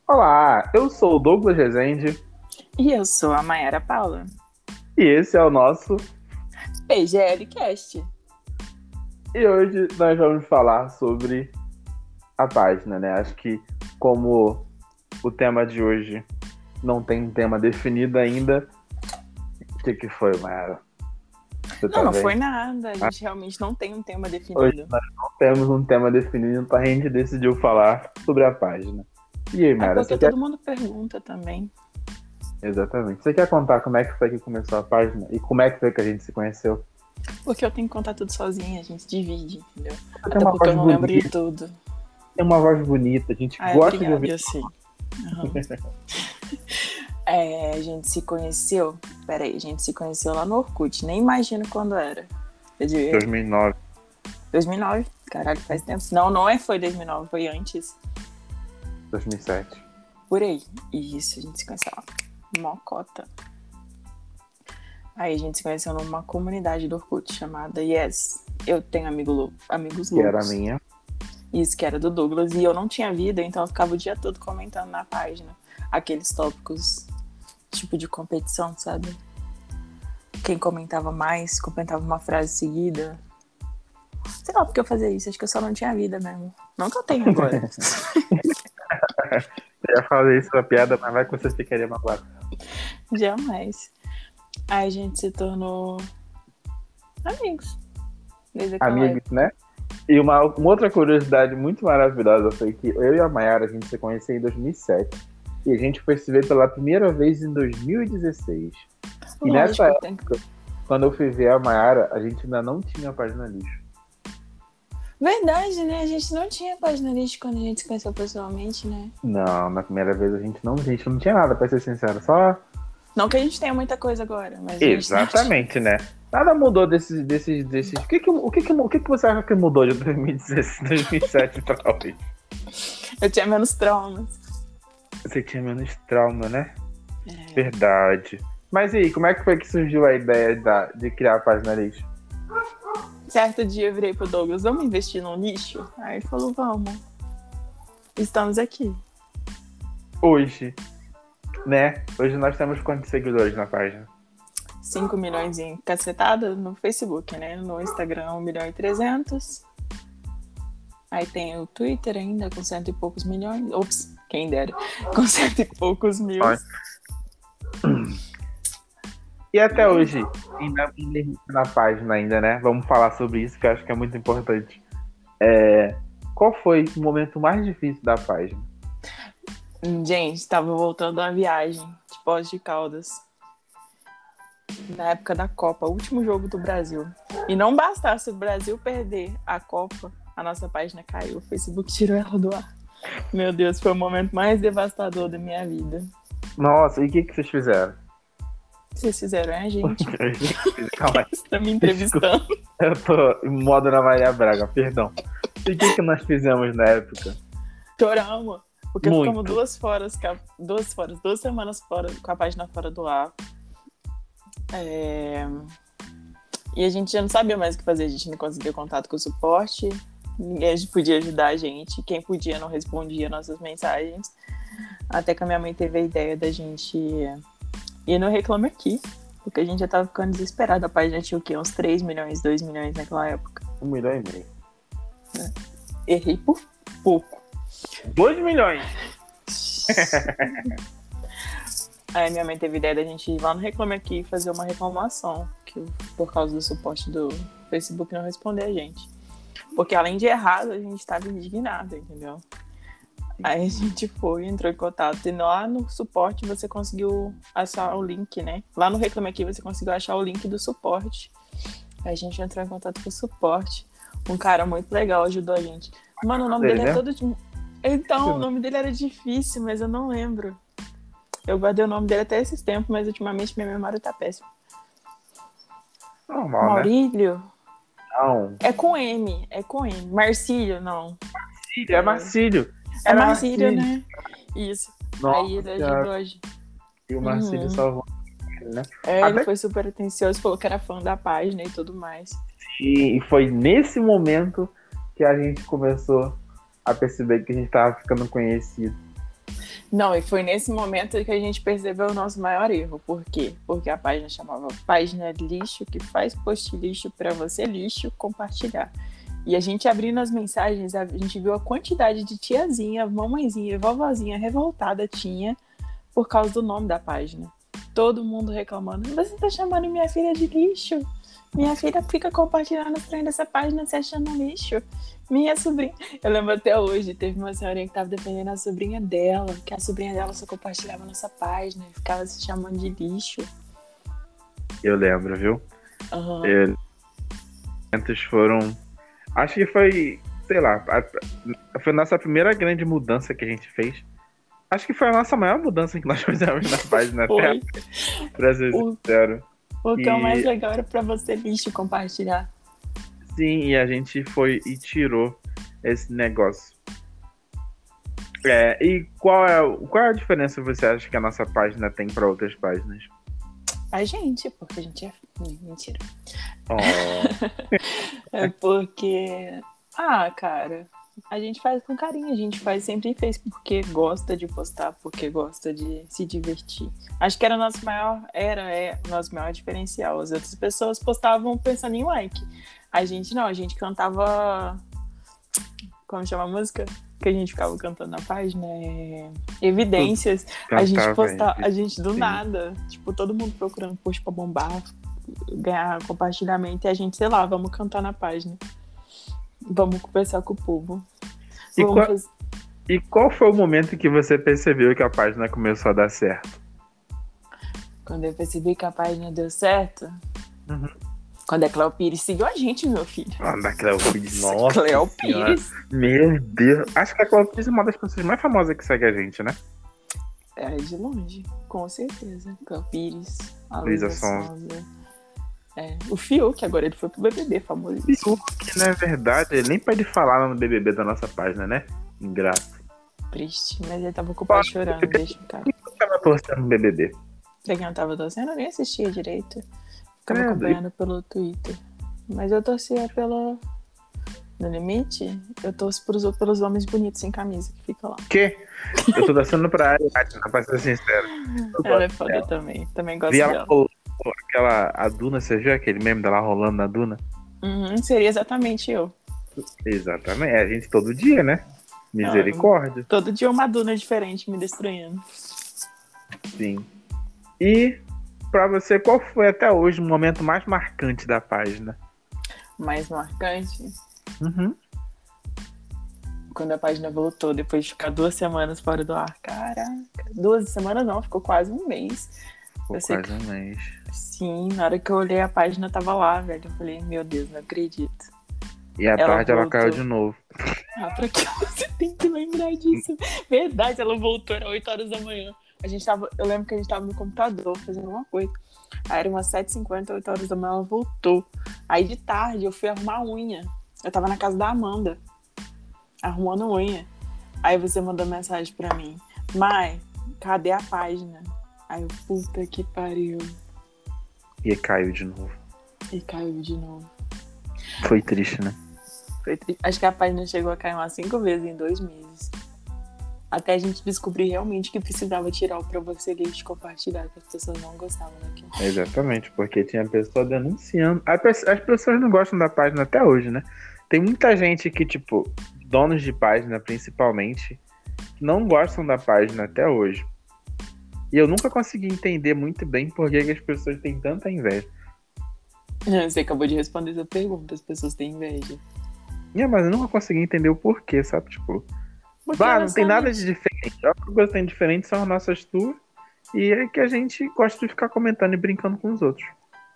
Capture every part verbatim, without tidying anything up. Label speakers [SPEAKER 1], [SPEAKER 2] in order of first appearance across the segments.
[SPEAKER 1] Olá, eu sou o Douglas Rezende
[SPEAKER 2] E eu sou a Mayara Paula.
[SPEAKER 1] e esse é o nosso.
[SPEAKER 2] P G L Cast.
[SPEAKER 1] E hoje nós vamos falar sobre a página, né? Acho que como o tema de hoje não tem um tema definido ainda, o que que foi, Mayara? Você
[SPEAKER 2] Não,
[SPEAKER 1] tá
[SPEAKER 2] não
[SPEAKER 1] bem?
[SPEAKER 2] foi nada. A gente realmente não tem um tema
[SPEAKER 1] Hoje
[SPEAKER 2] definido.
[SPEAKER 1] nós não temos um tema definido, então a gente decidiu falar sobre a página. E aí,
[SPEAKER 2] É
[SPEAKER 1] Mayara,
[SPEAKER 2] porque
[SPEAKER 1] você quer...
[SPEAKER 2] todo mundo pergunta também.
[SPEAKER 1] Exatamente. Você quer contar como é que foi que começou a página e como é que foi que a gente se conheceu?
[SPEAKER 2] Porque eu tenho que contar tudo sozinha, a gente divide, entendeu?
[SPEAKER 1] Você tem
[SPEAKER 2] Até
[SPEAKER 1] uma
[SPEAKER 2] porque
[SPEAKER 1] voz
[SPEAKER 2] eu não lembro de
[SPEAKER 1] bonita,
[SPEAKER 2] tudo.
[SPEAKER 1] tem uma voz bonita, a gente
[SPEAKER 2] Ah,
[SPEAKER 1] gosta de
[SPEAKER 2] obrigada,
[SPEAKER 1] ouvir.
[SPEAKER 2] eu sei. Aham. É, a gente se conheceu. Peraí, a gente se conheceu lá no Orkut. Nem imagino quando era. Eu diria
[SPEAKER 1] dois mil e nove.
[SPEAKER 2] dois mil e nove. Caralho, faz tempo. Não, não é foi dois mil e nove, foi antes.
[SPEAKER 1] dois mil e sete.
[SPEAKER 2] Por aí. Isso, a gente se conheceu lá. Mocota. Aí a gente se conheceu numa comunidade do Orkut chamada Yes. Eu tenho amigo lou- amigos
[SPEAKER 1] Que
[SPEAKER 2] loucos.
[SPEAKER 1] era a minha.
[SPEAKER 2] Isso, que era do Douglas. E eu não tinha vida, então eu ficava o dia todo comentando na página. Aqueles tópicos, tipo de competição, sabe? Quem comentava mais, comentava uma frase seguida. Sei lá porque eu fazia isso, acho que eu só não tinha vida mesmo. Não que eu tenha agora.
[SPEAKER 1] Eu ia fazer isso pra piada, mas vai que você ficaria magoado.
[SPEAKER 2] Jamais. Aí a gente se tornou amigos. Desde aquela
[SPEAKER 1] Amigos,
[SPEAKER 2] época.
[SPEAKER 1] né? E uma, uma outra curiosidade muito maravilhosa foi que eu e a Mayara, a gente se conheceu em dois mil e sete. E a gente foi se ver pela primeira vez em dois mil e dezesseis. E
[SPEAKER 2] Lógico,
[SPEAKER 1] nessa
[SPEAKER 2] eu
[SPEAKER 1] época,
[SPEAKER 2] tenho-
[SPEAKER 1] quando eu fui ver a Mayara, a gente ainda não tinha página lixo.
[SPEAKER 2] Verdade, né? A gente não tinha página lixo quando a gente se conheceu pessoalmente, né?
[SPEAKER 1] Não, na primeira vez a gente não, a gente não tinha nada, pra ser sincero. Só.
[SPEAKER 2] Não que a gente tenha muita coisa agora, mas a gente
[SPEAKER 1] Exatamente, né? Nada mudou desses. desses, desses... O, que que, o, que que, o que que você acha que mudou de dois mil e dezesseis, dois mil e sete pra hoje?
[SPEAKER 2] não tinha. Eu tinha menos traumas.
[SPEAKER 1] Você tinha menos trauma, né?
[SPEAKER 2] É.
[SPEAKER 1] Verdade. Mas e aí, como é que foi que surgiu a ideia da, de criar a página lixo?
[SPEAKER 2] Certo dia eu virei pro Douglas, vamos investir no lixo? Aí ele falou, vamos. Estamos aqui.
[SPEAKER 1] Hoje, né? Hoje nós temos quantos seguidores na página?
[SPEAKER 2] cinco milhões em cacetada no Facebook, né? No Instagram, um milhão e trezentos. Aí tem o Twitter ainda, com cento e poucos milhões. Ops, quem dera. Com cento e poucos mil.
[SPEAKER 1] Ai. E até hoje, ainda na página ainda, né? Vamos falar sobre isso, que eu acho que é muito importante. É, qual foi o momento mais difícil da página?
[SPEAKER 2] Gente, tava voltando da viagem de Poços de Caldas. Na época da Copa, o último jogo do Brasil. E não bastasse o Brasil perder a Copa, a nossa página caiu. O Facebook tirou ela do ar. Meu Deus, foi o momento mais devastador da minha vida.
[SPEAKER 1] Nossa, e o que, que vocês fizeram?
[SPEAKER 2] Vocês fizeram, é, gente?
[SPEAKER 1] Calma aí.
[SPEAKER 2] Você tá me entrevistando.
[SPEAKER 1] Eu tô em modo Ana Maria Braga, perdão. E o que, que nós fizemos na época?
[SPEAKER 2] Choramos. Porque
[SPEAKER 1] Muito.
[SPEAKER 2] ficamos duas fora, duas fora, duas semanas fora, com a página fora do ar. É... E a gente já não sabia mais o que fazer, a gente não conseguia contato com o suporte, ninguém podia ajudar a gente, quem podia não respondia nossas mensagens, até que a minha mãe teve a ideia da gente ir no Reclame Aqui, porque a gente já tava ficando desesperado, a página tinha o quê? Uns três milhões, dois milhões naquela época.
[SPEAKER 1] Um milhão e meio.
[SPEAKER 2] Errei por pouco.
[SPEAKER 1] Dois milhões!
[SPEAKER 2] Aí minha mãe teve a ideia da gente ir lá no Reclame Aqui e fazer uma reclamação, que por causa do suporte do Facebook não responder a gente. Porque além de errado, a gente estava indignado, entendeu? Aí a gente foi, entrou em contato, e lá no suporte você conseguiu achar o link, né? Lá no Reclame Aqui você conseguiu achar o link do suporte. Aí a gente entrou em contato com o suporte. Um cara muito legal ajudou a gente. Mano, o nome
[SPEAKER 1] Ele,
[SPEAKER 2] dele
[SPEAKER 1] né?
[SPEAKER 2] é todo... de- Então, o nome dele era difícil, mas eu não lembro. Eu guardei o nome dele até esses tempos, mas ultimamente minha memória tá péssima.
[SPEAKER 1] Normal, né?
[SPEAKER 2] Maurílio?
[SPEAKER 1] Não.
[SPEAKER 2] É com M, é com M. Marcílio, não.
[SPEAKER 1] Marcílio, é Marcílio.
[SPEAKER 2] É
[SPEAKER 1] Era
[SPEAKER 2] Marcílio, né? Isso.
[SPEAKER 1] Nossa,
[SPEAKER 2] Aí ele
[SPEAKER 1] Senhora.
[SPEAKER 2] ajudou a gente.
[SPEAKER 1] E o Marcílio
[SPEAKER 2] Uhum.
[SPEAKER 1] salvou ele, né?
[SPEAKER 2] É,
[SPEAKER 1] Até
[SPEAKER 2] ele foi super atencioso, falou que era fã da página e tudo mais.
[SPEAKER 1] que- E foi nesse momento que a gente começou a perceber que a gente tava ficando conhecido.
[SPEAKER 2] Não, e foi nesse momento que a gente percebeu o nosso maior erro. Por quê? Porque a página chamava Página Lixo, que faz post lixo pra você, lixo, compartilhar. E a gente abrindo as mensagens, a gente viu a quantidade de tiazinha, mamãezinha e vovozinha revoltada tinha por causa do nome da página. Todo mundo reclamando. Você tá chamando minha filha de lixo? Minha filha fica compartilhando os trem dessa página se achando lixo. Minha sobrinha... Eu lembro até hoje, teve uma senhorinha que tava defendendo a sobrinha dela, que a sobrinha dela só compartilhava nossa página e ficava se chamando de lixo.
[SPEAKER 1] Eu lembro, viu?
[SPEAKER 2] Uhum.
[SPEAKER 1] Eu... foram... Acho que foi, sei lá, a... foi a nossa primeira grande mudança que a gente fez. Acho que foi a nossa maior mudança que nós fizemos na página até, pra ser
[SPEAKER 2] o...
[SPEAKER 1] sincero.
[SPEAKER 2] O que é o mais legal era pra você, lixo, compartilhar.
[SPEAKER 1] Sim, e a gente foi e tirou esse negócio. É, e qual é, qual é a diferença você acha que a nossa página tem para outras páginas?
[SPEAKER 2] A gente, porque a gente é... Mentira.
[SPEAKER 1] Oh.
[SPEAKER 2] É porque... Ah, cara... A gente faz com carinho, a gente faz sempre fez porque gosta de postar, porque gosta de se divertir. Acho que era o nosso maior, era, é o nosso maior diferencial. As outras pessoas postavam pensando em like. A gente não, a gente cantava... Como chama a música? Que a gente ficava cantando na página? É... Evidências. A gente postava, a gente do Sim. nada, tipo, todo mundo procurando post pra bombar, ganhar compartilhamento, e a gente, sei lá, vamos cantar na página. Vamos conversar com o povo.
[SPEAKER 1] E qual, fazer... e qual foi o momento que você percebeu que a página começou a dar certo?
[SPEAKER 2] Quando eu percebi que a página deu certo?
[SPEAKER 1] Uhum.
[SPEAKER 2] Quando a Cleo Pires seguiu a gente, meu filho.
[SPEAKER 1] Quando a Cleo Pires, nossa.
[SPEAKER 2] Cleo Pires.
[SPEAKER 1] Meu Deus. Acho que a Cleo Pires é uma das pessoas mais famosas que segue a gente, né?
[SPEAKER 2] É, de longe. Com certeza. Cleo Pires. A
[SPEAKER 1] Luísa Sonza.
[SPEAKER 2] É, o Fiuk, agora ele foi pro B B B, famoso.
[SPEAKER 1] Fiuk, na verdade, ele nem pode falar no B B B da nossa página, né? Ingrato.
[SPEAKER 2] Triste, mas ele tava ocupado chorando, deixa o cara.
[SPEAKER 1] Quem tava torcendo no B B B?
[SPEAKER 2] Pra quem não tava torcendo, eu nem assistia direito. Ficava é, acompanhando e... pelo Twitter. Mas eu torcia pelo... No limite, eu torço pelos, pelos homens bonitos sem camisa que ficam lá.
[SPEAKER 1] Que? Eu tô torcendo pra Ariadne, pra ser sincero.
[SPEAKER 2] Ela é foda dela. também. Também gosto
[SPEAKER 1] Vi
[SPEAKER 2] dela.
[SPEAKER 1] Ela rolou, aquela, a Duna, você viu aquele meme dela rolando na Duna?
[SPEAKER 2] Uhum, seria exatamente eu.
[SPEAKER 1] Exatamente. É a gente todo dia, né? Misericórdia.
[SPEAKER 2] Não, todo dia uma Duna diferente me destruindo.
[SPEAKER 1] Sim. E pra você, qual foi até hoje o momento mais marcante da página?
[SPEAKER 2] Mais marcante?
[SPEAKER 1] Uhum.
[SPEAKER 2] Quando a página voltou, depois de ficar duas semanas fora do ar. Caraca, duas semanas não, ficou quase um mês.
[SPEAKER 1] Ficou
[SPEAKER 2] eu
[SPEAKER 1] quase
[SPEAKER 2] que...
[SPEAKER 1] um mês.
[SPEAKER 2] Sim, na hora que eu olhei a página tava lá, velho. Eu falei, meu Deus, não acredito.
[SPEAKER 1] E à
[SPEAKER 2] ela
[SPEAKER 1] tarde
[SPEAKER 2] voltou.
[SPEAKER 1] ela caiu de novo.
[SPEAKER 2] Ah, pra que você tem que lembrar disso? Verdade, ela voltou, era oito horas da manhã. A gente tava, eu lembro que a gente tava no computador fazendo alguma coisa. Aí era umas sete e cinquenta, oito horas da manhã, ela voltou. Aí de tarde eu fui arrumar a unha. Eu tava na casa da Amanda, arrumando unha. Aí você mandou mensagem pra mim. Mai, cadê a página? Aí eu, puta que pariu.
[SPEAKER 1] E caiu de novo.
[SPEAKER 2] E caiu de novo.
[SPEAKER 1] Foi triste, né?
[SPEAKER 2] Foi triste. Acho que a página chegou a cair umas cinco vezes em dois meses. Até a gente descobrir realmente que precisava tirar o pra você ler e compartilhar, que as pessoas não gostavam daquilo.
[SPEAKER 1] Exatamente, porque tinha pessoa denunciando. As pessoas não gostam da página até hoje, né? Tem muita gente que, tipo, donos de página principalmente, não gostam da página até hoje. E eu nunca consegui entender muito bem por que, que as pessoas têm tanta inveja.
[SPEAKER 2] Você acabou de responder essa pergunta, as pessoas têm inveja.
[SPEAKER 1] É, mas eu nunca consegui entender o porquê, sabe? Tipo, bah, não tem nada de diferente. A única coisa que tem diferente são as nossas tours. E é que a gente gosta de ficar comentando e brincando com os outros.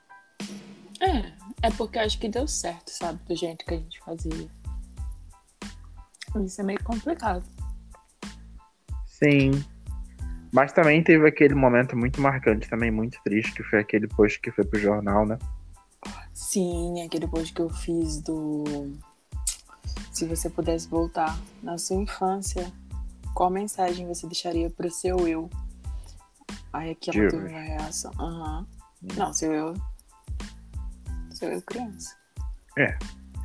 [SPEAKER 2] É, é porque eu acho que deu certo, sabe? Do jeito que a gente fazia. Isso é meio complicado.
[SPEAKER 1] Sim. Mas também teve aquele momento muito marcante, também muito triste, que foi aquele post que foi pro jornal, né?
[SPEAKER 2] Sim, aquele post que eu fiz do... Se você pudesse voltar na sua infância, qual mensagem você deixaria pro seu eu? Aí aqui ela teve uma reação. Aham. Uhum. Não, seu eu... Seu eu criança.
[SPEAKER 1] É.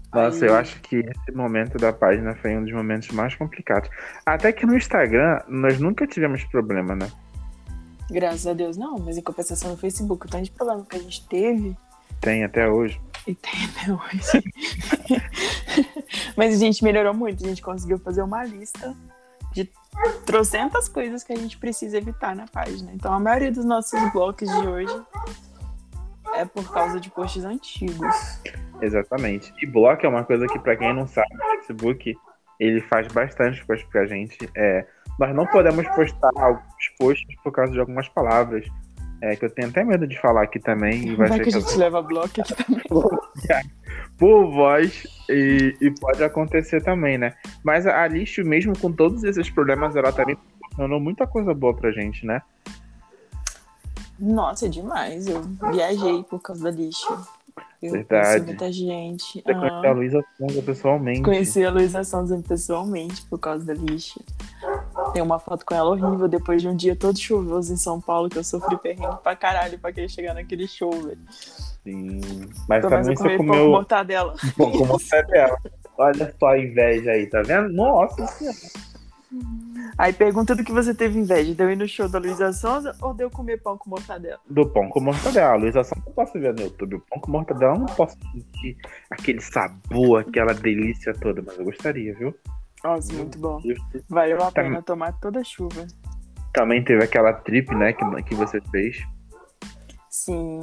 [SPEAKER 1] Nossa,
[SPEAKER 2] Aí,
[SPEAKER 1] eu acho que esse momento da página foi um dos momentos mais complicados. Até que no Instagram, nós nunca tivemos problema, né?
[SPEAKER 2] graças a Deus, não. Mas em compensação no Facebook, o tanto de problema que a gente teve,
[SPEAKER 1] Tem até hoje.
[SPEAKER 2] e tem até hoje. Mas a gente melhorou muito. A gente conseguiu fazer uma lista de trocentas coisas que a gente precisa evitar na página. Então, a maioria dos nossos blocos de hoje é por causa de posts antigos.
[SPEAKER 1] Exatamente. E bloco é uma coisa que, pra quem não sabe, o Facebook, ele faz bastante coisa pra gente. É, nós não podemos postar alguns posts por causa de algumas palavras. É, que eu tenho até medo de falar aqui também. E vai
[SPEAKER 2] Vai
[SPEAKER 1] ser
[SPEAKER 2] que a
[SPEAKER 1] que eu
[SPEAKER 2] gente leva bloco aqui também.
[SPEAKER 1] por voz e, e pode acontecer também, né? Mas a Lixo, mesmo com todos esses problemas, ela também proporcionou muita coisa boa pra gente, né?
[SPEAKER 2] Nossa, é demais. Eu viajei por causa da lixo. Eu
[SPEAKER 1] Verdade.
[SPEAKER 2] conheci muita gente.
[SPEAKER 1] Você conheceu a Luísa Sonza pessoalmente.
[SPEAKER 2] Conheci a Luísa Sonza pessoalmente por causa da lixo. Tem uma foto com ela horrível depois de um dia todo chuvoso em São Paulo, que eu sofri perrengue pra caralho pra querer chegar naquele show, velho.
[SPEAKER 1] Sim. Mas
[SPEAKER 2] Pelo menos
[SPEAKER 1] também
[SPEAKER 2] eu
[SPEAKER 1] você
[SPEAKER 2] comi
[SPEAKER 1] comeu
[SPEAKER 2] pouco mortadela.
[SPEAKER 1] um pouco mortadela. Olha só a inveja aí, tá vendo? Nossa Senhora.
[SPEAKER 2] Aí pergunta do que você teve inveja. Deu ir no show da Luísa Sonza ou deu comer pão com mortadela?
[SPEAKER 1] Do pão com mortadela. A Luísa Sonza não posso ver no YouTube. O pão com mortadela eu não posso sentir aquele sabor, aquela delícia toda, mas eu gostaria, viu?
[SPEAKER 2] Nossa, muito bom. Valeu a
[SPEAKER 1] Tá-
[SPEAKER 2] pena tomar toda a chuva.
[SPEAKER 1] Também teve aquela trip, né, que, que você fez,
[SPEAKER 2] Sim.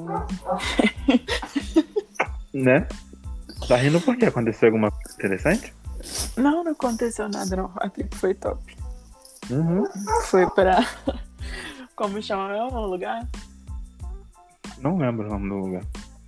[SPEAKER 1] né? Tá rindo por quê? Aconteceu alguma coisa interessante?
[SPEAKER 2] Não, não aconteceu nada, não. A trip foi top.
[SPEAKER 1] Uhum.
[SPEAKER 2] Foi pra... Como chama mesmo o lugar?
[SPEAKER 1] Não lembro o nome do lugar.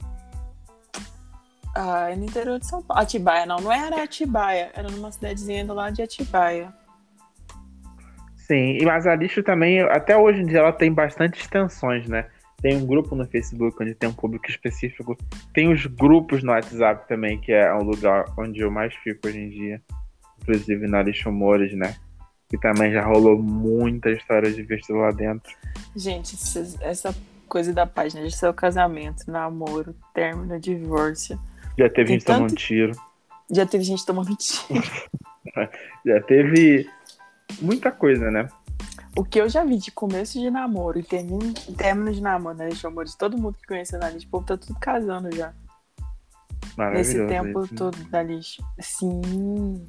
[SPEAKER 2] Ah, é no interior de São Paulo. Atibaia, não. Não era Atibaia. Era numa cidadezinha do lado de Atibaia.
[SPEAKER 1] Sim, e mas a Lixo também, até hoje em dia, ela tem bastante extensões, né? Tem um grupo no Facebook onde tem um público específico. Tem os grupos no WhatsApp também, que é um lugar onde eu mais fico hoje em dia. Inclusive na Lixo Humores, né? Que também já rolou muita história de vestido lá dentro.
[SPEAKER 2] Gente, esses- essa coisa da página de seu casamento, namoro, término, divórcio.
[SPEAKER 1] Já teve
[SPEAKER 2] Tem
[SPEAKER 1] gente tomando
[SPEAKER 2] tanto-
[SPEAKER 1] tiro.
[SPEAKER 2] Já teve gente tomando tiro.
[SPEAKER 1] Já teve muita coisa, né?
[SPEAKER 2] O que eu já vi de começo de namoro e término, término de namoro, né? De amor de todo mundo que conhece na lista, o povo tá tudo casando já.
[SPEAKER 1] Maravilhoso.
[SPEAKER 2] Nesse tempo
[SPEAKER 1] isso, né?
[SPEAKER 2] todo da lista. Sim.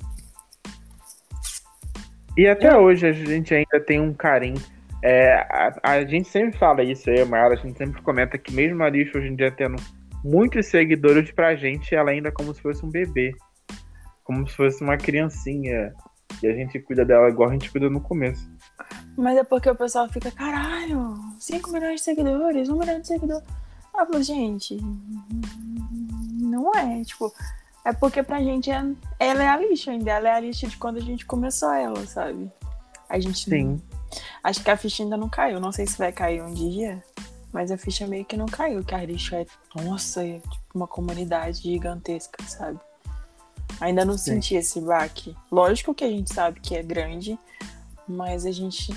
[SPEAKER 1] E até hoje a gente ainda tem um carinho. É, a, a gente sempre fala isso aí, Mayara, a gente sempre comenta que mesmo a Lixo hoje em dia tendo muitos seguidores, pra gente ela ainda é como se fosse um bebê. Como se fosse uma criancinha. E a gente cuida dela igual a gente cuida no começo.
[SPEAKER 2] Mas é porque o pessoal fica, caralho, cinco milhões de seguidores, um milhão de seguidores. Ah, eu falo, gente, não é, tipo, é porque pra gente é, ela é a lixa ainda, ela é a lixa de quando a gente começou ela, sabe? A gente
[SPEAKER 1] Sim.
[SPEAKER 2] Acho que a ficha ainda não caiu, não sei se vai cair um dia, mas a ficha meio que não caiu, que a lixa é, nossa, é tipo uma comunidade gigantesca, sabe? Ainda não
[SPEAKER 1] Sim.
[SPEAKER 2] senti esse baque. Lógico que a gente sabe que é grande, mas a gente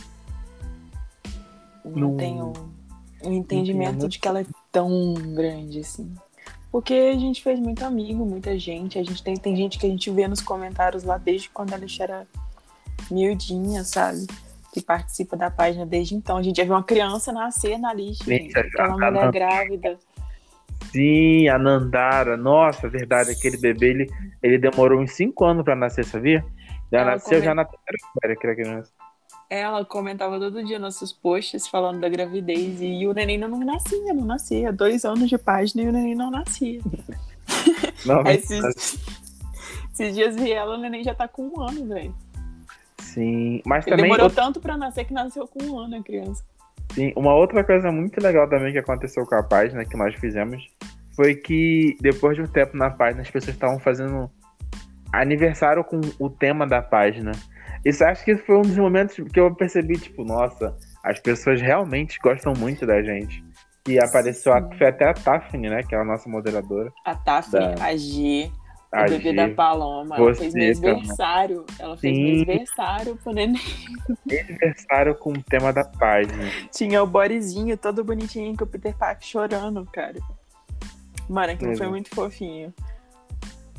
[SPEAKER 2] não,
[SPEAKER 1] Não-
[SPEAKER 2] tem o, o entendimento
[SPEAKER 1] Entendo.
[SPEAKER 2] de que ela é tão grande assim. Porque a gente fez muito amigo, muita gente. A gente tem, tem gente que a gente vê nos comentários lá desde quando ela era miudinha, sabe? Que participa da página desde então. A gente já viu uma criança nascer na lista,
[SPEAKER 1] Gente,
[SPEAKER 2] gente. Aquela
[SPEAKER 1] a- a-
[SPEAKER 2] mulher grávida.
[SPEAKER 1] Sim, a Nandara. Nossa, verdade, aquele bebê, ele, ele demorou uns cinco anos pra nascer, sabia? Já
[SPEAKER 2] Ela
[SPEAKER 1] nasceu
[SPEAKER 2] come-
[SPEAKER 1] já na terceira série, aquela criança.
[SPEAKER 2] Ela comentava todo dia nossos posts falando da gravidez e o neném não nascia, não nascia. Dois anos de página e o neném não nascia.
[SPEAKER 1] Não,
[SPEAKER 2] Aí esses, esses dias vi ela, o neném já tá com um ano, velho.
[SPEAKER 1] sim, mas
[SPEAKER 2] Ele
[SPEAKER 1] também
[SPEAKER 2] demorou
[SPEAKER 1] outra-
[SPEAKER 2] tanto pra nascer que nasceu com um ano a criança.
[SPEAKER 1] sim, uma outra coisa muito legal também que aconteceu com a página, que nós fizemos, foi que depois de um tempo na página, as pessoas estavam fazendo aniversário com o tema da página. Isso acho que foi um dos momentos que eu percebi, tipo, nossa, as pessoas realmente gostam muito da gente. E apareceu, a,
[SPEAKER 2] Sim.
[SPEAKER 1] foi até a Taffine, né, que é a nossa moderadora.
[SPEAKER 2] A Tafne,
[SPEAKER 1] Da-
[SPEAKER 2] a G,
[SPEAKER 1] A
[SPEAKER 2] o bebê
[SPEAKER 1] G.
[SPEAKER 2] da Paloma. Ela
[SPEAKER 1] Você
[SPEAKER 2] fez
[SPEAKER 1] também.
[SPEAKER 2] mêsversário. Ela fez
[SPEAKER 1] Sim.
[SPEAKER 2] mêsversário pro neném.
[SPEAKER 1] Aniversário com o tema da página.
[SPEAKER 2] Tinha o bodezinho todo bonitinho com o Peter Parker chorando, cara. Mano, aquilo
[SPEAKER 1] Uhum.
[SPEAKER 2] foi muito fofinho.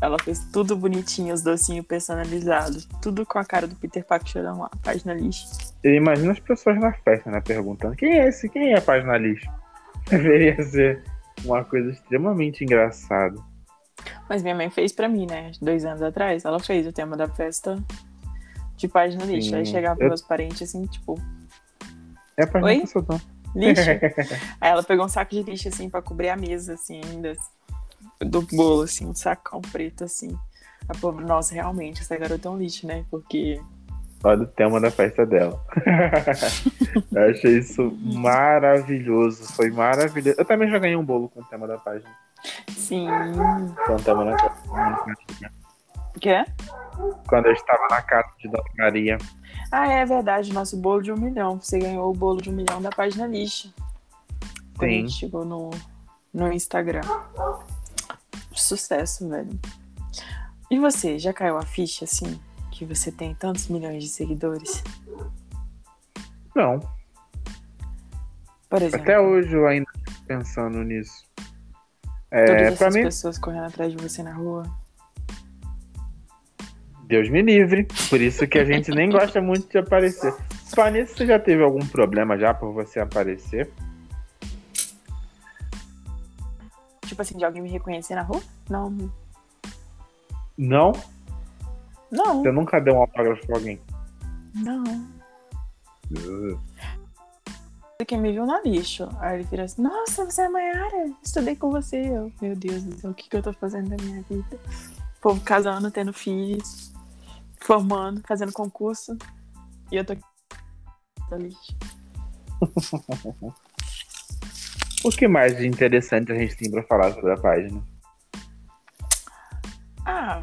[SPEAKER 2] Ela fez tudo bonitinho, os docinhos personalizados. Tudo com a cara do Peter Parker chorando lá. Página lixo.
[SPEAKER 1] Eu imagino as pessoas na festa, né? Perguntando: quem é esse? Quem é a página lixo? Deveria ser uma coisa extremamente engraçada.
[SPEAKER 2] Mas minha mãe fez pra mim, né? Dois anos atrás. Ela fez o tema da festa de página lixo.
[SPEAKER 1] Sim.
[SPEAKER 2] Aí chegava
[SPEAKER 1] Eu...
[SPEAKER 2] meus parentes assim, tipo...
[SPEAKER 1] É a página
[SPEAKER 2] Oi?
[SPEAKER 1] do Sodão.
[SPEAKER 2] Lixo? Aí ela pegou um saco de lixo, assim, pra cobrir a mesa, assim, ainda. Do bolo, assim, um sacão preto, assim. A pobre, nossa, realmente, essa garota é um lixo, né? Porque...
[SPEAKER 1] Olha o tema da festa dela. Eu achei isso maravilhoso. Foi maravilhoso. Eu também já ganhei um bolo com o tema da página.
[SPEAKER 2] Sim.
[SPEAKER 1] Com o tema da página.
[SPEAKER 2] O quê?
[SPEAKER 1] Quando eu estava na casa de Dona Maria.
[SPEAKER 2] Ah, é verdade. Nosso bolo de um milhão. Você ganhou o bolo de um milhão da página lixo. Quando
[SPEAKER 1] Sim.
[SPEAKER 2] a gente chegou no, no Instagram. Sucesso, velho. E você, já caiu a ficha, assim, que você tem tantos milhões de seguidores?
[SPEAKER 1] Não.
[SPEAKER 2] Por exemplo.
[SPEAKER 1] Até hoje eu ainda estou pensando nisso. É,
[SPEAKER 2] Todas
[SPEAKER 1] pra
[SPEAKER 2] essas
[SPEAKER 1] mim,
[SPEAKER 2] pessoas correndo atrás de você na rua.
[SPEAKER 1] Deus me livre. Por isso que a gente nem gosta muito de aparecer. Vanessa, você já teve algum problema já por você aparecer?
[SPEAKER 2] Tipo assim, de alguém me reconhecer na rua? Não.
[SPEAKER 1] Não?
[SPEAKER 2] Não.
[SPEAKER 1] Você nunca deu um autógrafo pra alguém?
[SPEAKER 2] Não.
[SPEAKER 1] Uh.
[SPEAKER 2] Quem me viu no lixo. Aí ele vira assim, nossa, você é a Mayara? Estudei com você. Eu, meu Deus do céu, o que, que eu tô fazendo da minha vida? O povo casando, tendo filhos, formando, fazendo concurso. E eu tô aqui no lixo.
[SPEAKER 1] O que mais de interessante a gente tem pra falar sobre a página?
[SPEAKER 2] Ah,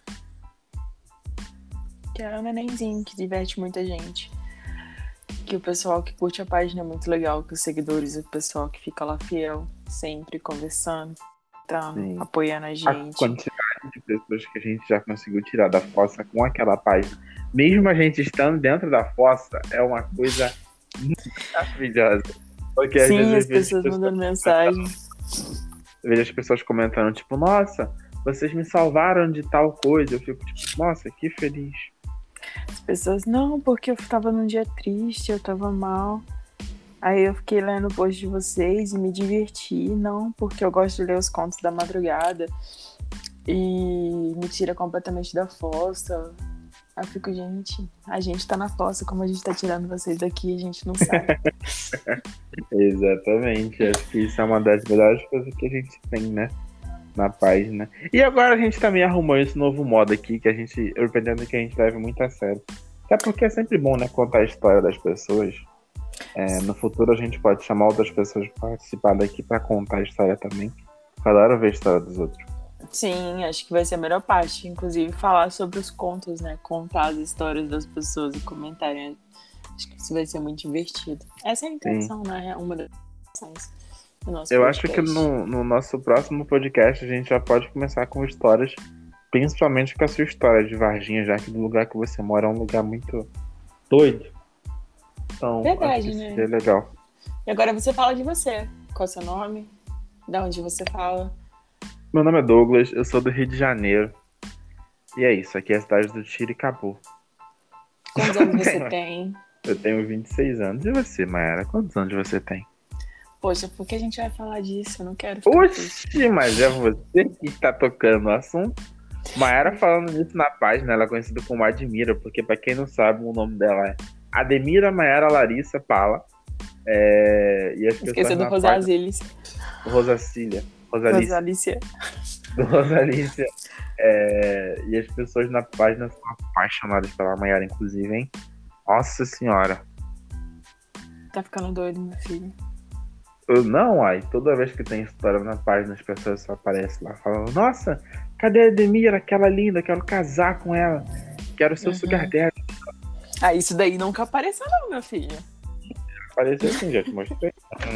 [SPEAKER 2] que é um nenenzinho que diverte muita gente. Que o pessoal que curte a página é muito legal, que os seguidores, o pessoal que fica lá fiel, sempre conversando, entrando,
[SPEAKER 1] Sim.
[SPEAKER 2] apoiando a
[SPEAKER 1] A
[SPEAKER 2] gente.
[SPEAKER 1] quantidade de pessoas que a gente já conseguiu tirar da fossa com aquela página, mesmo a gente estando dentro da fossa, é uma coisa muito maravilhosa. Porque às
[SPEAKER 2] Sim,
[SPEAKER 1] vezes
[SPEAKER 2] as
[SPEAKER 1] eu vejo
[SPEAKER 2] pessoas mandando mensagem.
[SPEAKER 1] Eu vejo as pessoas comentando, tipo, nossa, vocês me salvaram de tal coisa. Eu fico tipo, nossa, que feliz.
[SPEAKER 2] As pessoas, não, porque eu tava num dia triste, eu tava mal. Aí eu fiquei lendo o post de vocês e me diverti. Não, porque eu gosto de ler os contos da madrugada e me tira completamente da fossa. Aí eu fico, gente, a gente tá na fossa, como a gente tá tirando vocês daqui, a gente não sabe.
[SPEAKER 1] Exatamente, acho que isso é uma das melhores coisas que a gente tem, né, na página. E agora a gente também arrumou esse novo modo aqui, que a gente, eu pretendo que a gente leve muito a sério. Até porque é sempre bom, né, contar a história das pessoas. É, no futuro a gente pode chamar outras pessoas para participar daqui para contar a história também. Eu adoro ver a história dos outros.
[SPEAKER 2] Sim, acho que vai ser a melhor parte. Inclusive, falar sobre os contos, né? Contar as histórias das pessoas e comentarem. Acho que isso vai ser muito divertido. Essa é a intenção, Sim. né? Uma das intenções do nosso
[SPEAKER 1] Eu
[SPEAKER 2] podcast.
[SPEAKER 1] acho que no, no nosso próximo podcast a gente já pode começar com histórias, principalmente com a sua história de Varginha, já que do lugar que você mora é um lugar muito doido. Então,
[SPEAKER 2] Verdade,
[SPEAKER 1] acho que
[SPEAKER 2] né?
[SPEAKER 1] seria legal.
[SPEAKER 2] E agora você fala de você. Qual é o seu nome? Da onde você fala?
[SPEAKER 1] Meu nome é Douglas, eu sou do Rio de Janeiro. E é isso, aqui é a cidade do tiro e acabou.
[SPEAKER 2] Quantos anos você tem?
[SPEAKER 1] Eu tenho vinte e seis anos. E você, Mayara? Quantos anos você tem?
[SPEAKER 2] Poxa, por que a gente vai falar disso? Eu não quero ficar
[SPEAKER 1] Oxi, mas é você que está tocando no assunto. Mayara falando nisso na página, ela é conhecida como Admira, porque pra quem não sabe, o nome dela é Ademira Mayara Larissa Pala. É... E as
[SPEAKER 2] Esqueci do Rosacílias.
[SPEAKER 1] Rosacília.
[SPEAKER 2] Rosalícia.
[SPEAKER 1] Do Rosalícia. É... E as pessoas na página são apaixonadas pela Mayara, inclusive, hein? Nossa senhora.
[SPEAKER 2] Tá ficando doido, meu filho.
[SPEAKER 1] Eu, não, ai, toda vez que tem história na página, as pessoas só aparecem lá falando, nossa, cadê a Ademira, aquela linda, quero casar com ela, quero ser o uhum. sugar daddy.
[SPEAKER 2] Ah, isso daí nunca apareceu não, meu filho.
[SPEAKER 1] Apareceu sim, já te mostrei.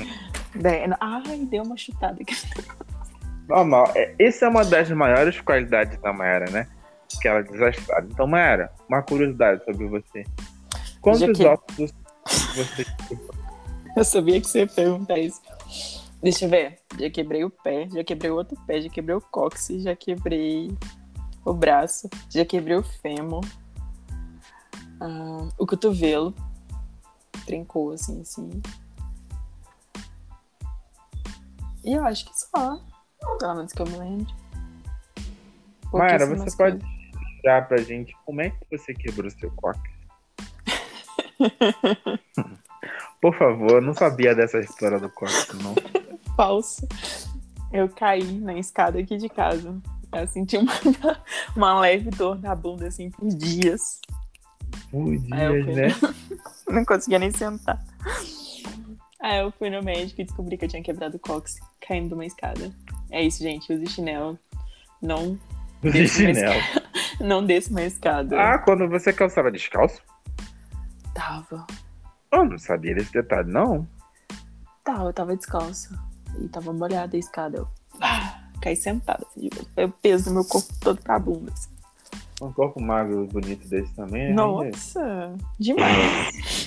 [SPEAKER 2] Ai, deu uma chutada aqui.
[SPEAKER 1] Normal, essa é uma das maiores qualidades da Mayara, né? Que ela é desastrada. Então, Mayara, uma curiosidade sobre você. Quantos que... ossos você
[SPEAKER 2] Eu sabia que você ia perguntar isso. Deixa eu ver. Já quebrei o pé, já quebrei o outro pé, já quebrei o cóccix, já quebrei o braço, já quebrei o fêmur, ah, o cotovelo trincou, assim, assim. E eu acho que só, pelo menos que eu me lembro.
[SPEAKER 1] Mayara,
[SPEAKER 2] Pouquíssimas
[SPEAKER 1] você pode
[SPEAKER 2] coisas.
[SPEAKER 1] explicar pra gente como é que você quebrou seu cóccix? Por favor, eu não sabia dessa história do cóccix, não.
[SPEAKER 2] Falso. Eu caí na escada aqui de casa. Eu senti uma, uma leve dor na bunda, assim, por dias.
[SPEAKER 1] Por
[SPEAKER 2] Aí eu
[SPEAKER 1] dias,
[SPEAKER 2] fui
[SPEAKER 1] né?
[SPEAKER 2] no- Não conseguia nem sentar. Aí eu fui no médico e descobri que eu tinha quebrado o cóccix caindo de uma escada. É isso, gente. Use chinelo. Não
[SPEAKER 1] De
[SPEAKER 2] desça uma
[SPEAKER 1] chinelo.
[SPEAKER 2] escada. Não desça uma escada.
[SPEAKER 1] Ah, quando você calçava descalço?
[SPEAKER 2] Tava.
[SPEAKER 1] Eu não sabia desse detalhe, não.
[SPEAKER 2] Tava, eu tava descalça. E tava molhada a escada. Eu ah, caí sentada. Assim, foi o peso do meu corpo todo pra bunda. Assim.
[SPEAKER 1] Um corpo magro bonito desse também, né?
[SPEAKER 2] Nossa, demais.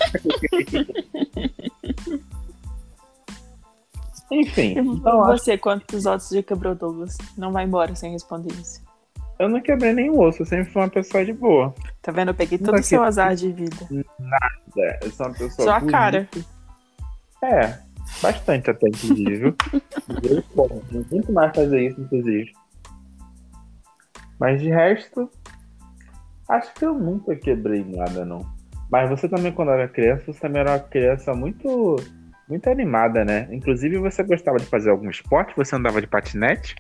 [SPEAKER 1] Enfim,
[SPEAKER 2] E
[SPEAKER 1] então acho
[SPEAKER 2] você, quantos ossos já quebrou, Douglas? Não vai embora sem responder isso.
[SPEAKER 1] que eu não quebrei nenhum osso, eu sempre fui uma pessoa de boa.
[SPEAKER 2] Tá vendo? Eu peguei todo
[SPEAKER 1] Nunca
[SPEAKER 2] o seu
[SPEAKER 1] quebrei.
[SPEAKER 2] azar de vida.
[SPEAKER 1] É, eu sou uma pessoa
[SPEAKER 2] Só a
[SPEAKER 1] bonita.
[SPEAKER 2] cara.
[SPEAKER 1] É, bastante até, inclusive, viu? Eu, bom, não tento mais fazer isso, inclusive. Mas de resto, acho que eu nunca quebrei nada, não. Mas você também, quando era criança, você também era uma criança muito, muito animada, né? Inclusive, você gostava de fazer algum esporte? Você andava de patinete?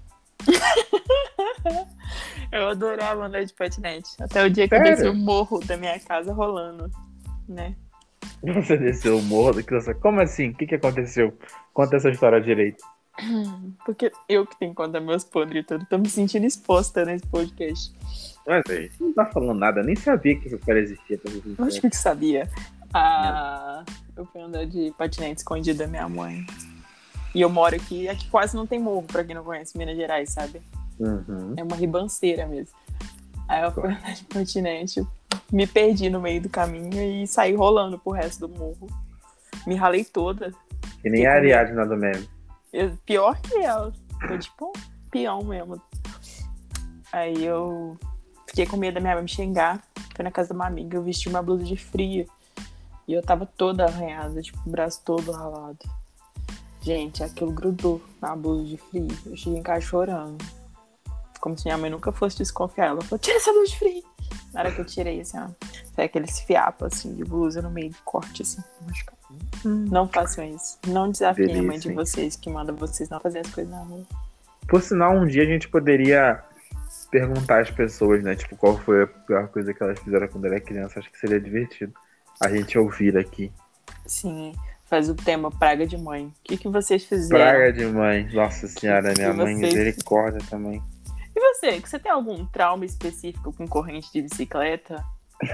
[SPEAKER 2] Eu adorava andar de patinete. Até o dia que
[SPEAKER 1] Sério?
[SPEAKER 2] eu desci o morro da minha casa rolando, né?
[SPEAKER 1] Você desceu o morro da criança. Como assim? O que, que aconteceu? Conta essa história direito.
[SPEAKER 2] Porque eu que tenho que contar meus podres e tudo. Tô me sentindo exposta nesse podcast.
[SPEAKER 1] Mas aí, não tá falando nada, eu nem sabia que essa história existia. Pra você.
[SPEAKER 2] Eu acho que eu sabia. Ah, eu fui andar de patinete escondido da minha mãe. E eu moro aqui, aqui quase não tem morro, pra quem não conhece Minas Gerais, sabe?
[SPEAKER 1] Uhum.
[SPEAKER 2] É uma ribanceira mesmo. Aí eu fui andar de patinete, me perdi no meio do caminho e saí rolando pro resto do morro. Me ralei toda.
[SPEAKER 1] Que nem
[SPEAKER 2] Fiquei
[SPEAKER 1] a
[SPEAKER 2] com medo.
[SPEAKER 1] Ariadna do meme.
[SPEAKER 2] Eu- Pior que ela. Foi tipo um peão mesmo. Aí eu fiquei com medo da minha mãe me xingar. Fui na casa de uma amiga, eu vesti uma blusa de frio. E eu tava toda arranhada, tipo, o braço todo ralado. Gente, aquilo grudou na blusa de frio. Eu cheguei em casa chorando. Como se minha mãe nunca fosse desconfiar. Ela falou, tira essa blusa de frio. Na hora que eu tirei, assim, ó. Sai aqueles fiapos, assim, de blusa no meio do corte, assim. Machucado. Não façam isso. Não desafiem a mãe de
[SPEAKER 1] Delícia, hein?
[SPEAKER 2] vocês, que manda vocês não fazer as coisas na rua.
[SPEAKER 1] Por sinal, um dia a gente poderia perguntar às pessoas, né? Tipo, qual foi a pior coisa que elas fizeram quando era criança. Acho que seria divertido a gente ouvir aqui.
[SPEAKER 2] Sim, faz o tema praga de mãe. O que, que vocês fizeram?
[SPEAKER 1] Praga de mãe. Nossa senhora,
[SPEAKER 2] Que-
[SPEAKER 1] minha
[SPEAKER 2] que
[SPEAKER 1] mãe,
[SPEAKER 2] vocês-
[SPEAKER 1] misericórdia também.
[SPEAKER 2] E você, que você tem algum trauma específico com corrente de bicicleta?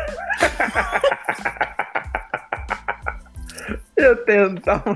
[SPEAKER 1] Eu tenho um trauma.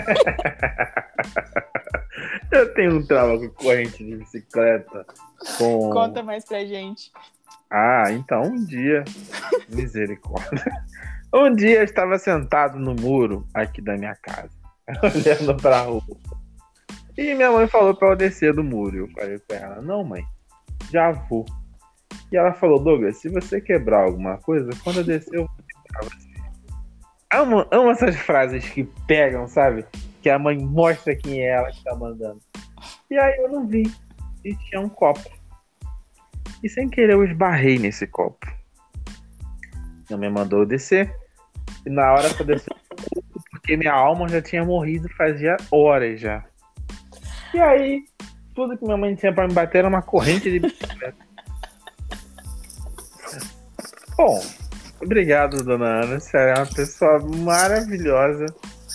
[SPEAKER 1] Eu tenho um trauma com corrente de bicicleta. Com...
[SPEAKER 2] Conta mais pra gente.
[SPEAKER 1] Ah, então um dia. Misericórdia. Um dia eu estava sentado no muro aqui da minha casa, olhando pra rua. E minha mãe falou pra eu descer do muro. Eu falei pra ela, não, mãe, já vou. E ela falou, Douglas, se você quebrar alguma coisa, quando eu descer, eu vou quebrar você. Amo, amo essas frases que pegam, sabe? Que a mãe mostra quem é ela que tá mandando. E aí eu não vi. E tinha um copo. E sem querer eu esbarrei nesse copo. Minha mãe mandou eu descer. E na hora que eu desci, porque minha alma já tinha morrido fazia horas já. E aí, tudo que minha mãe tinha pra me bater era uma corrente de bicicleta. Bom, obrigado, dona Ana. Você é uma pessoa maravilhosa.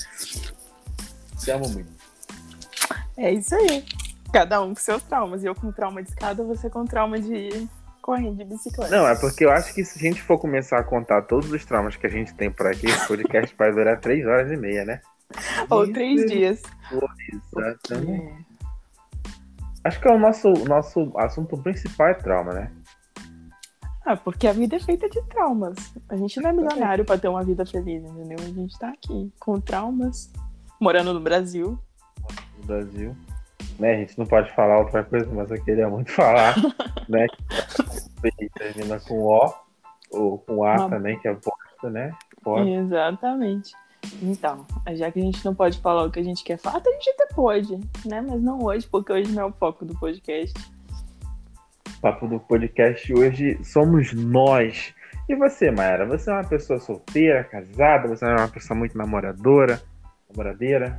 [SPEAKER 1] Te amo muito.
[SPEAKER 2] É isso aí. Cada um com seus traumas. Eu com trauma de escada, você com trauma de corrente de bicicleta.
[SPEAKER 1] Não, é porque eu acho que se a gente for começar a contar todos os traumas que a gente tem por aqui, esse podcast vai durar três horas e meia, né?
[SPEAKER 2] Ou três dias.
[SPEAKER 1] Exatamente.
[SPEAKER 2] É.
[SPEAKER 1] Acho que é o nosso, nosso assunto principal é trauma, né?
[SPEAKER 2] Ah, porque a vida é feita de traumas. A gente não é milionário pra ter uma vida feliz, entendeu? A gente tá aqui com traumas, morando no Brasil.
[SPEAKER 1] No Brasil. né? A gente não pode falar outra coisa, mas eu queria muito falar, né? Que termina com O, ou com A
[SPEAKER 2] Uma...
[SPEAKER 1] também, que é bosta, né? Foda.
[SPEAKER 2] Exatamente. Então, já que a gente não pode falar o que a gente quer falar, até a gente até pode, né? Mas não hoje, porque hoje não é o foco do podcast.
[SPEAKER 1] O papo do podcast hoje somos nós. E você, Mayara? Você é uma pessoa solteira, casada? Você é uma pessoa muito namoradora? Namoradeira?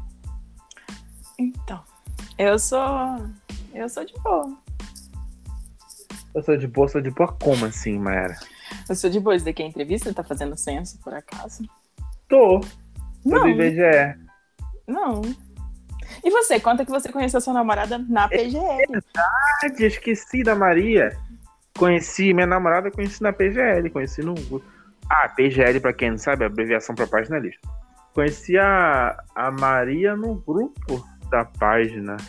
[SPEAKER 2] Então, eu sou... Eu sou de boa.
[SPEAKER 1] Eu sou de boa, sou de boa como assim, Mayara?
[SPEAKER 2] Eu sou de boa. Isso daqui é entrevista? Tá fazendo censo, por acaso?
[SPEAKER 1] Tô. Tô
[SPEAKER 2] Não.
[SPEAKER 1] do I B G E.
[SPEAKER 2] Não. E você? Conta que você conheceu sua namorada na P G L.
[SPEAKER 1] Ah, esqueci da Maria. Conheci, minha namorada eu conheci na P G L. Conheci no... Ah, P G L, pra quem não sabe, é abreviação pra página lista. Conheci a, a Maria no grupo da página.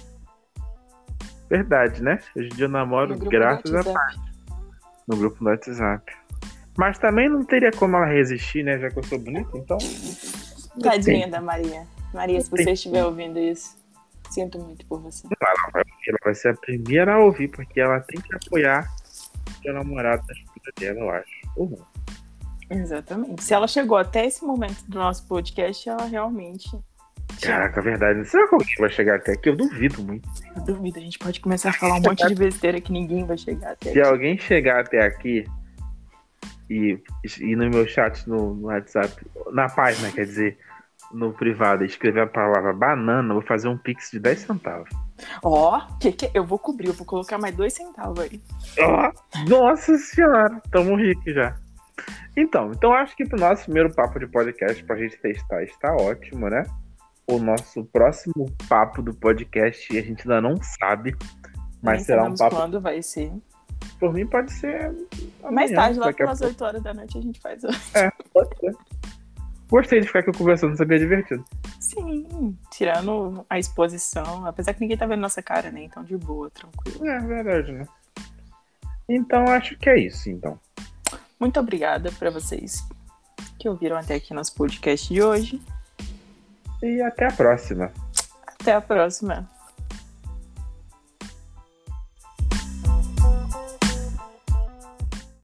[SPEAKER 1] Verdade, né? Hoje em dia eu namoro graças à página. No grupo do WhatsApp. Mas também não teria como ela resistir, né? Já que eu sou bonito, então...
[SPEAKER 2] Tadinha da Maria. Maria, se você estiver ouvindo isso, sinto muito por você.
[SPEAKER 1] Ela vai, ela vai ser a primeira a ouvir, porque ela tem que apoiar o seu namorado na escuta dela, eu acho. Ou não.
[SPEAKER 2] Exatamente. Se ela chegou até esse momento do nosso podcast, ela realmente...
[SPEAKER 1] Caraca, verdade. Será que alguém vai chegar até aqui? Eu duvido muito.
[SPEAKER 2] Eu duvido, a gente pode começar a falar um monte de besteira que ninguém vai chegar até
[SPEAKER 1] Se
[SPEAKER 2] aqui.
[SPEAKER 1] alguém chegar até aqui e, e no meu chat no, no WhatsApp, na página, quer dizer, no privado, escrever a palavra banana, eu vou fazer um pix de dez centavos.
[SPEAKER 2] Ó, oh, que que eu vou cobrir, eu vou colocar mais dois centavos aí.
[SPEAKER 1] Ó, oh, nossa senhora, tamo rico já. Então, então acho que pro nosso primeiro papo de podcast pra gente testar está ótimo, né? O nosso próximo papo do podcast a gente ainda não sabe, mas
[SPEAKER 2] Nem
[SPEAKER 1] será um papo...
[SPEAKER 2] quando vai ser.
[SPEAKER 1] Por mim pode ser amanhã,
[SPEAKER 2] mais tarde, lá pelas
[SPEAKER 1] pouco.
[SPEAKER 2] oito horas da noite a gente faz hoje.
[SPEAKER 1] É, pode ser. Gostei de ficar aqui conversando, sabia? Divertido.
[SPEAKER 2] Sim, tirando a exposição, apesar que ninguém tá vendo nossa cara, né? Então de boa, tranquilo.
[SPEAKER 1] É verdade, né? Então acho que é isso, então.
[SPEAKER 2] Muito obrigada para vocês que ouviram até aqui nosso podcast de hoje.
[SPEAKER 1] E até a próxima.
[SPEAKER 2] Até a próxima.